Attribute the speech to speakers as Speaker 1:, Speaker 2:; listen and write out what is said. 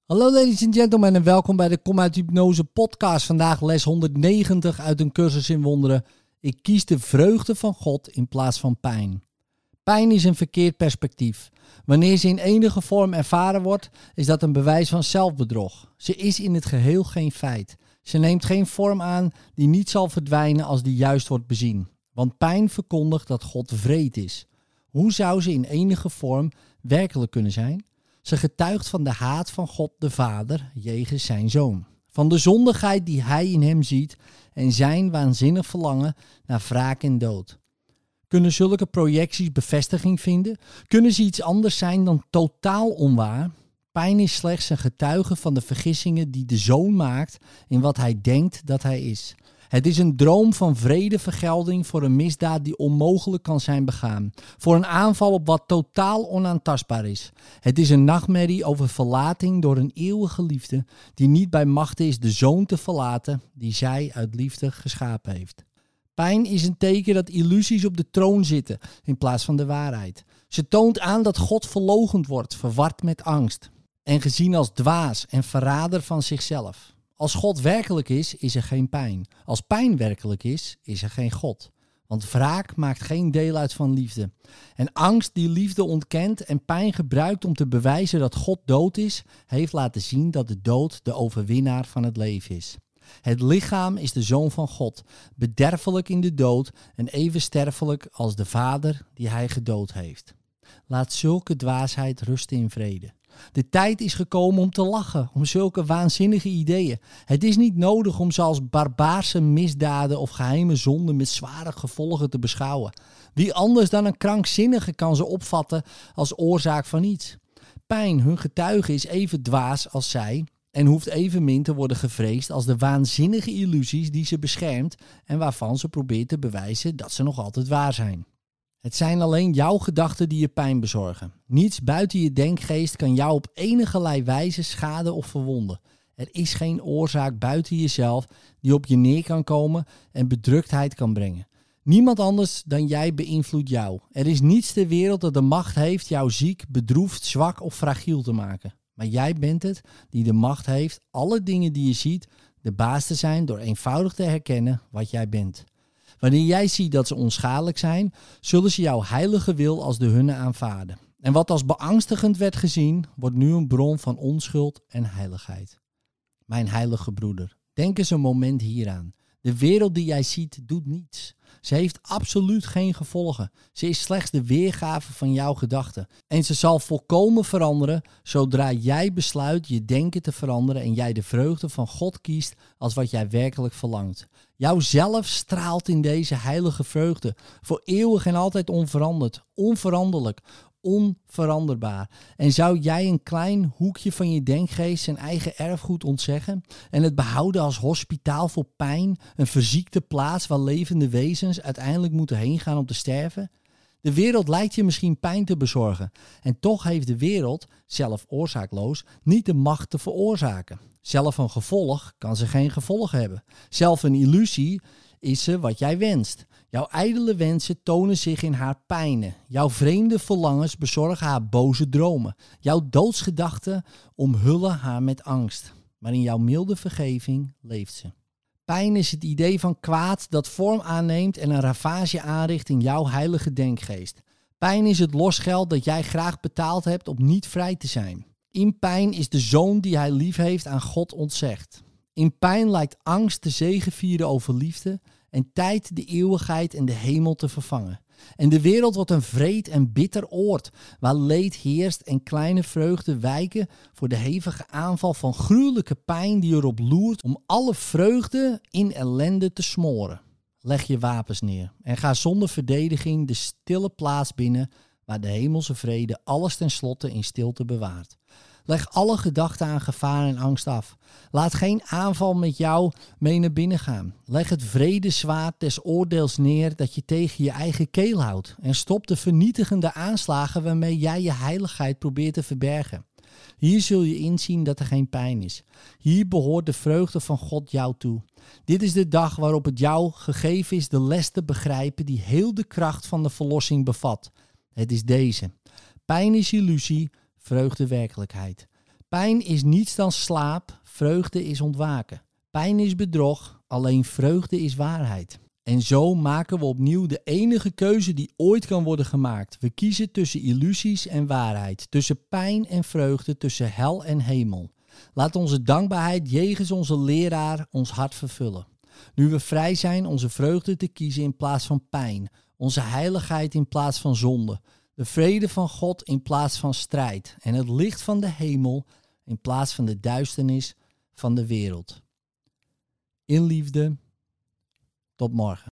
Speaker 1: Hallo ladies and gentlemen en welkom bij de Kom uit Hypnose podcast. Vandaag les 190 uit een cursus in wonderen. Ik kies de vreugde van God in plaats van pijn. Pijn is een verkeerd perspectief. Wanneer ze in enige vorm ervaren wordt, is dat een bewijs van zelfbedrog. Ze is in het geheel geen feit. Ze neemt geen vorm aan die niet zal verdwijnen als die juist wordt bezien. Want pijn verkondigt dat God wreed is. Hoe zou ze in enige vorm werkelijk kunnen zijn? Ze getuigt van de haat van God de Vader jegens zijn Zoon. Van de zondigheid die hij in hem ziet en zijn waanzinnig verlangen naar wraak en dood. Kunnen zulke projecties bevestiging vinden? Kunnen ze iets anders zijn dan totaal onwaar? Pijn is slechts een getuige van de vergissingen die de Zoon maakt in wat hij denkt dat hij is. Het is een droom van vredevergelding voor een misdaad die onmogelijk kan zijn begaan. Voor een aanval op wat totaal onaantastbaar is. Het is een nachtmerrie over verlating door een eeuwige liefde die niet bij machte is de Zoon te verlaten die zij uit liefde geschapen heeft. Pijn is een teken dat illusies op de troon zitten in plaats van de waarheid. Ze toont aan dat God verloochend wordt, verward met angst en gezien als dwaas en verrader van zichzelf. Als God werkelijk is, is er geen pijn. Als pijn werkelijk is er geen God. Want wraak maakt geen deel uit van liefde. En angst die liefde ontkent en pijn gebruikt om te bewijzen dat God dood is, heeft laten zien dat de dood de overwinnaar van het leven is. Het lichaam is de Zoon van God, bederfelijk in de dood en even sterfelijk als de Vader die hij gedood heeft. Laat zulke dwaasheid rusten in vrede. De tijd is gekomen om te lachen, om zulke waanzinnige ideeën. Het is niet nodig om ze als barbaarse misdaden of geheime zonden met zware gevolgen te beschouwen. Wie anders dan een krankzinnige kan ze opvatten als oorzaak van iets. Pijn, hun getuige, is even dwaas als zij en hoeft evenmin te worden gevreesd als de waanzinnige illusies die ze beschermt en waarvan ze probeert te bewijzen dat ze nog altijd waar zijn. Het zijn alleen jouw gedachten die je pijn bezorgen. Niets buiten je denkgeest kan jou op enigerlei wijze schaden of verwonden. Er is geen oorzaak buiten jezelf die op je neer kan komen en bedruktheid kan brengen. Niemand anders dan jij beïnvloedt jou. Er is niets ter wereld dat de macht heeft jou ziek, bedroefd, zwak of fragiel te maken. Maar jij bent het die de macht heeft alle dingen die je ziet de baas te zijn door eenvoudig te herkennen wat jij bent. Wanneer jij ziet dat ze onschadelijk zijn, zullen ze jouw heilige wil als de hunne aanvaarden. En wat als beangstigend werd gezien, wordt nu een bron van onschuld en heiligheid. Mijn heilige broeder, denk eens een moment hieraan. De wereld die jij ziet doet niets. Ze heeft absoluut geen gevolgen. Ze is slechts de weergave van jouw gedachten. En ze zal volkomen veranderen zodra jij besluit je denken te veranderen en jij de vreugde van God kiest als wat jij werkelijk verlangt. Jouzelf straalt in deze heilige vreugde, voor eeuwig en altijd onveranderd, onveranderlijk, onveranderbaar. En zou jij een klein hoekje van je denkgeest zijn eigen erfgoed ontzeggen en het behouden als hospitaal voor pijn, een verziekte plaats waar levende wezens uiteindelijk moeten heen gaan om te sterven? De wereld lijkt je misschien pijn te bezorgen en toch heeft de wereld, zelf oorzaakloos, niet de macht te veroorzaken. Zelf een gevolg kan ze geen gevolg hebben. Zelf een illusie is ze wat jij wenst. Jouw ijdele wensen tonen zich in haar pijnen. Jouw vreemde verlangens bezorgen haar boze dromen. Jouw doodsgedachten omhullen haar met angst. Maar in jouw milde vergeving leeft ze. Pijn is het idee van kwaad dat vorm aanneemt en een ravage aanricht in jouw heilige denkgeest. Pijn is het losgeld dat jij graag betaald hebt om niet vrij te zijn. In pijn is de Zoon die hij lief heeft aan God ontzegd. In pijn lijkt angst te zegevieren over liefde en tijd de eeuwigheid en de hemel te vervangen. En de wereld wordt een wreed en bitter oord, waar leed heerst en kleine vreugden wijken voor de hevige aanval van gruwelijke pijn die erop loert om alle vreugde in ellende te smoren. Leg je wapens neer en ga zonder verdediging de stille plaats binnen waar de hemelse vrede alles ten slotte in stilte bewaart. Leg alle gedachten aan gevaar en angst af. Laat geen aanval met jou mee naar binnen gaan. Leg het vredezwaard des oordeels neer dat je tegen je eigen keel houdt. En stop de vernietigende aanslagen waarmee jij je heiligheid probeert te verbergen. Hier zul je inzien dat er geen pijn is. Hier behoort de vreugde van God jou toe. Dit is de dag waarop het jou gegeven is de les te begrijpen die heel de kracht van de verlossing bevat. Het is deze. Pijn is illusie, vreugde werkelijkheid. Pijn is niets dan slaap, vreugde is ontwaken. Pijn is bedrog, alleen vreugde is waarheid. En zo maken we opnieuw de enige keuze die ooit kan worden gemaakt. We kiezen tussen illusies en waarheid, tussen pijn en vreugde, tussen hel en hemel. Laat onze dankbaarheid jegens onze leraar ons hart vervullen. Nu we vrij zijn onze vreugde te kiezen in plaats van pijn, onze heiligheid in plaats van zonde, de vrede van God in plaats van strijd en het licht van de hemel in plaats van de duisternis van de wereld. In liefde, tot morgen.